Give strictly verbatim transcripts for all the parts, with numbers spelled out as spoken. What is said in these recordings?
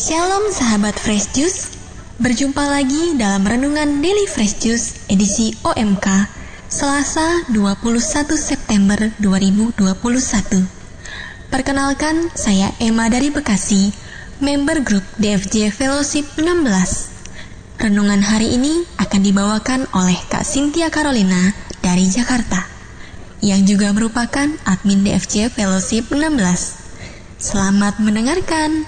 Shalom sahabat Fresh Juice, berjumpa lagi dalam Renungan Daily Fresh Juice edisi O M K Selasa dua puluh satu September dua ribu dua puluh satu. Perkenalkan, saya Emma dari Bekasi, member grup D F J Fellowship enam belas. Renungan hari ini akan dibawakan oleh Kak Cynthia Carolina dari Jakarta, yang juga merupakan admin D F J Fellowship enam belas. Selamat mendengarkan.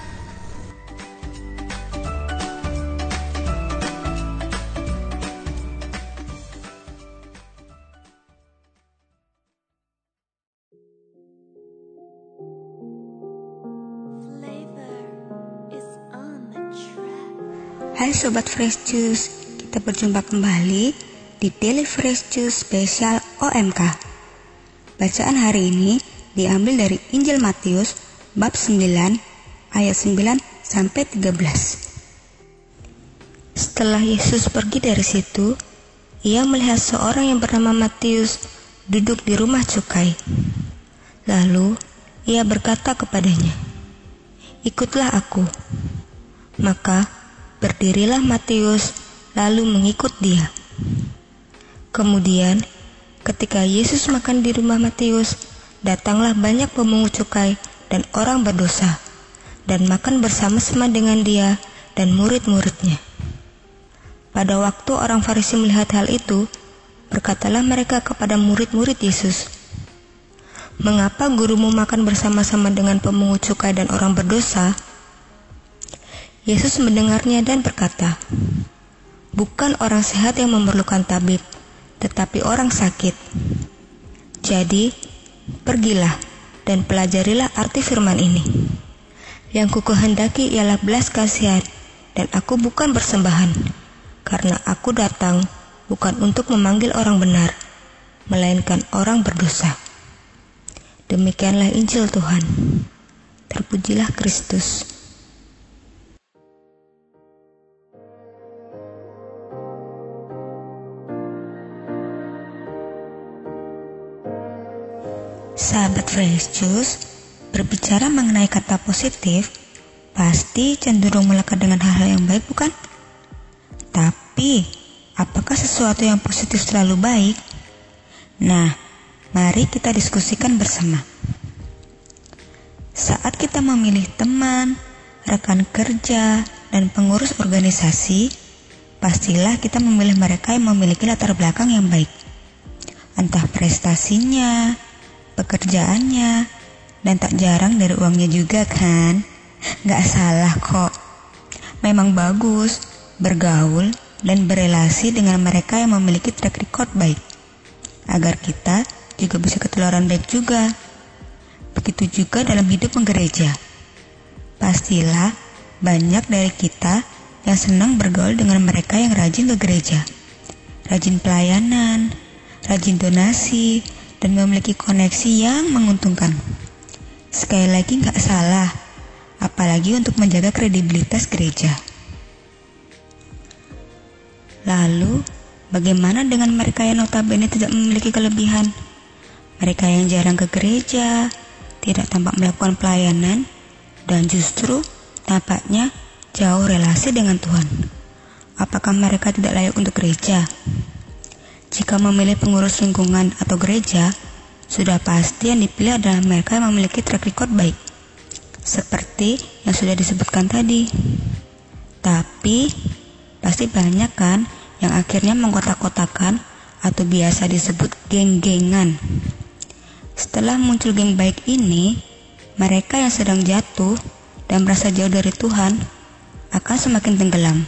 Hai Sobat Fresh Juice, kita berjumpa kembali di Daily Fresh Juice spesial O M K. Bacaan hari ini diambil dari Injil Matius bab sembilan ayat sembilan sampai tiga belas. Setelah Yesus pergi dari situ, ia melihat seorang yang bernama Matius duduk di rumah cukai. Lalu ia berkata kepadanya, "Ikutlah aku." Maka berdirilah Matius lalu mengikut dia. Kemudian ketika Yesus makan di rumah Matius, datanglah banyak pemungut cukai dan orang berdosa, dan makan bersama-sama dengan dia dan murid-muridnya. Pada waktu orang Farisi melihat hal itu, berkatalah mereka kepada murid-murid Yesus, "Mengapa gurumu makan bersama-sama dengan pemungut cukai dan orang berdosa?" Yesus mendengarnya dan berkata, "Bukan orang sehat yang memerlukan tabib, tetapi orang sakit. Jadi, pergilah dan pelajarilah arti firman ini. Yang kukehendaki ialah belas kasihan, dan aku bukan bersembahan, karena aku datang bukan untuk memanggil orang benar, melainkan orang berdosa." Demikianlah Injil Tuhan. Terpujilah Kristus. Sahabat Fresh Juice, berbicara mengenai kata positif, pasti cenderung melekat dengan hal-hal yang baik, bukan? Tapi, apakah sesuatu yang positif selalu baik? Nah, mari kita diskusikan bersama. Saat kita memilih teman, rekan kerja, dan pengurus organisasi, pastilah kita memilih mereka yang memiliki latar belakang yang baik. Entah prestasinya, pekerjaannya, dan tak jarang dari uangnya juga kan? Gak salah kok. Memang bagus bergaul dan berelasi dengan mereka yang memiliki track record baik, agar kita juga bisa ketularan baik juga. Begitu juga dalam hidup menggereja. Pastilah banyak dari kita yang senang bergaul dengan mereka yang rajin ke gereja, rajin pelayanan, rajin donasi, dan memiliki koneksi yang menguntungkan. Sekali lagi gak salah, apalagi untuk menjaga kredibilitas gereja. Lalu, bagaimana dengan mereka yang notabene tidak memiliki kelebihan? Mereka yang jarang ke gereja, tidak tampak melakukan pelayanan, dan justru tampaknya jauh relasi dengan Tuhan. Apakah mereka tidak layak untuk gereja? Jika memilih pengurus lingkungan atau gereja, sudah pasti yang dipilih adalah mereka yang memiliki track record baik, seperti yang sudah disebutkan tadi. Tapi, pasti banyak kan yang akhirnya mengkotak-kotakan atau biasa disebut geng-gengan. Setelah muncul geng baik ini, mereka yang sedang jatuh dan merasa jauh dari Tuhan akan semakin tenggelam.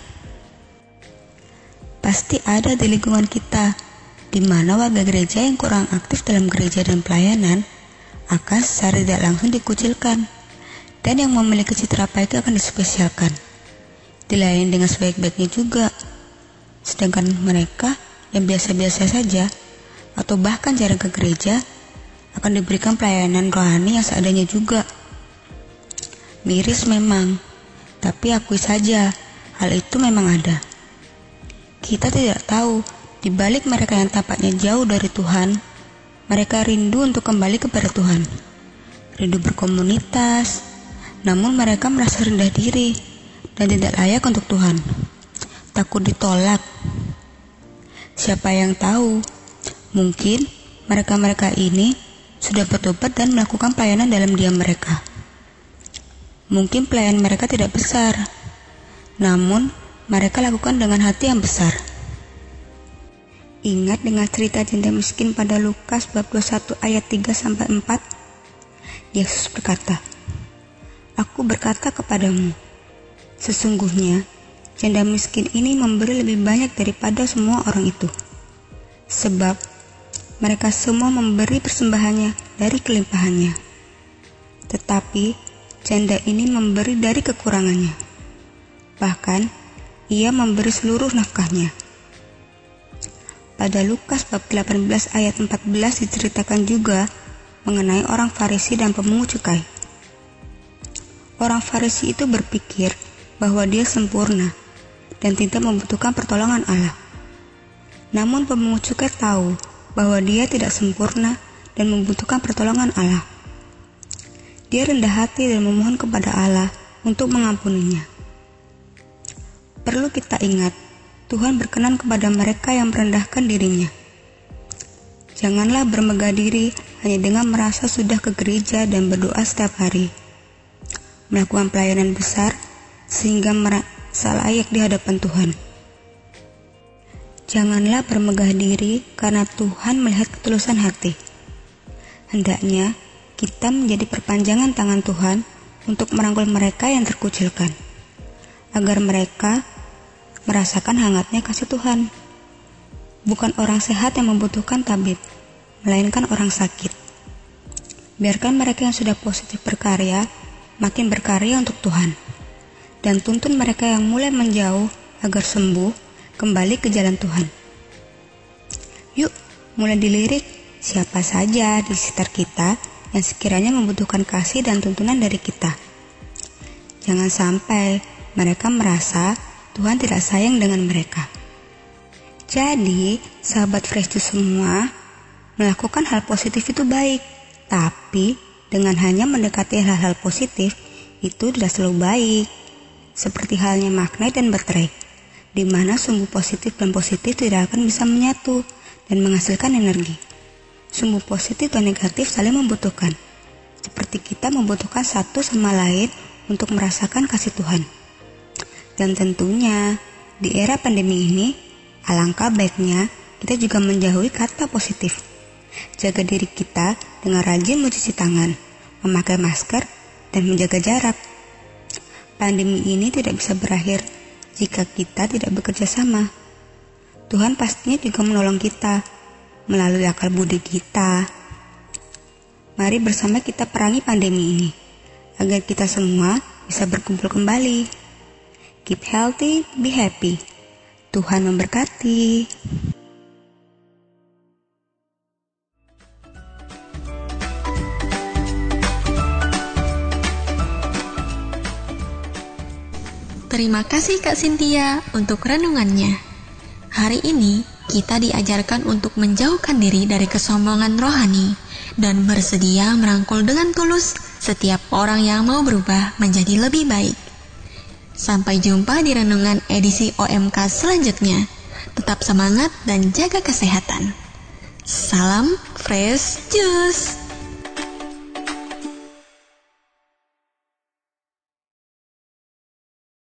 Pasti ada di lingkungan kita, di mana warga gereja yang kurang aktif dalam gereja dan pelayanan akan secara tidak langsung dikucilkan, dan yang memiliki citra baik akan dispesialkan, dilayani dengan sebaik-baiknya juga. Sedangkan mereka yang biasa-biasa saja atau bahkan jarang ke gereja akan diberikan pelayanan rohani yang seadanya juga. Miris memang, tapi akui saja hal itu memang ada. Kita tidak tahu di balik mereka yang tampaknya jauh dari Tuhan, mereka rindu untuk kembali kepada Tuhan, rindu berkomunitas, namun mereka merasa rendah diri dan tidak layak untuk Tuhan. Takut ditolak. Siapa yang tahu, mungkin mereka-mereka ini sudah bertobat dan melakukan pelayanan dalam diam mereka. Mungkin pelayanan mereka tidak besar, namun mereka lakukan dengan hati yang besar. Ingat dengan cerita janda miskin pada Lukas bab dua puluh satu ayat tiga sampai empat. Yesus berkata, "Aku berkata kepadamu, sesungguhnya janda miskin ini memberi lebih banyak daripada semua orang itu. Sebab mereka semua memberi persembahannya dari kelimpahannya. Tetapi janda ini memberi dari kekurangannya. Bahkan ia memberi seluruh nafkahnya." Pada Lukas bab delapan belas ayat empat belas diceritakan juga mengenai orang Farisi dan pemungut cukai. Orang Farisi itu berpikir bahwa dia sempurna dan tidak membutuhkan pertolongan Allah. Namun pemungut cukai tahu bahwa dia tidak sempurna dan membutuhkan pertolongan Allah. Dia rendah hati dan memohon kepada Allah untuk mengampuninya. Perlu kita ingat, Tuhan berkenan kepada mereka yang merendahkan dirinya. Janganlah bermegah diri hanya dengan merasa sudah ke gereja dan berdoa setiap hari, melakukan pelayanan besar sehingga merasa layak di hadapan Tuhan. Janganlah bermegah diri karena Tuhan melihat ketulusan hati. Hendaknya kita menjadi perpanjangan tangan Tuhan untuk merangkul mereka yang terkucilkan, agar mereka merasakan hangatnya kasih Tuhan. Bukan orang sehat yang membutuhkan tabib, melainkan orang sakit. Biarkan mereka yang sudah positif berkarya, makin berkarya untuk Tuhan. Dan tuntun mereka yang mulai menjauh agar sembuh, kembali ke jalan Tuhan. Yuk, mulai dilirik siapa saja di sekitar kita yang sekiranya membutuhkan kasih dan tuntunan dari kita. Jangan sampai mereka merasa Tuhan tidak sayang dengan mereka. Jadi, sahabat Fresh Juice semua, melakukan hal positif itu baik, tapi dengan hanya mendekati hal-hal positif itu tidak selalu baik. Seperti halnya magnet dan baterai, di mana sumbu positif dan positif tidak akan bisa menyatu dan menghasilkan energi. Sumbu positif dan negatif saling membutuhkan, seperti kita membutuhkan satu sama lain untuk merasakan kasih Tuhan. Dan tentunya, di era pandemi ini, alangkah baiknya kita juga menjauhi kata positif. Jaga diri kita dengan rajin mencuci tangan, memakai masker, dan menjaga jarak. Pandemi ini tidak bisa berakhir jika kita tidak bekerja sama. Tuhan pastinya juga menolong kita melalui akal budi kita. Mari bersama kita perangi pandemi ini, agar kita semua bisa berkumpul kembali. Keep healthy, be happy. Tuhan memberkati. Terima kasih Kak Cynthia untuk renungannya. Hari ini kita diajarkan untuk menjauhkan diri dari kesombongan rohani dan bersedia merangkul dengan tulus setiap orang yang mau berubah menjadi lebih baik. Sampai jumpa di renungan edisi O M K selanjutnya. Tetap semangat dan jaga kesehatan. Salam Fresh Juice.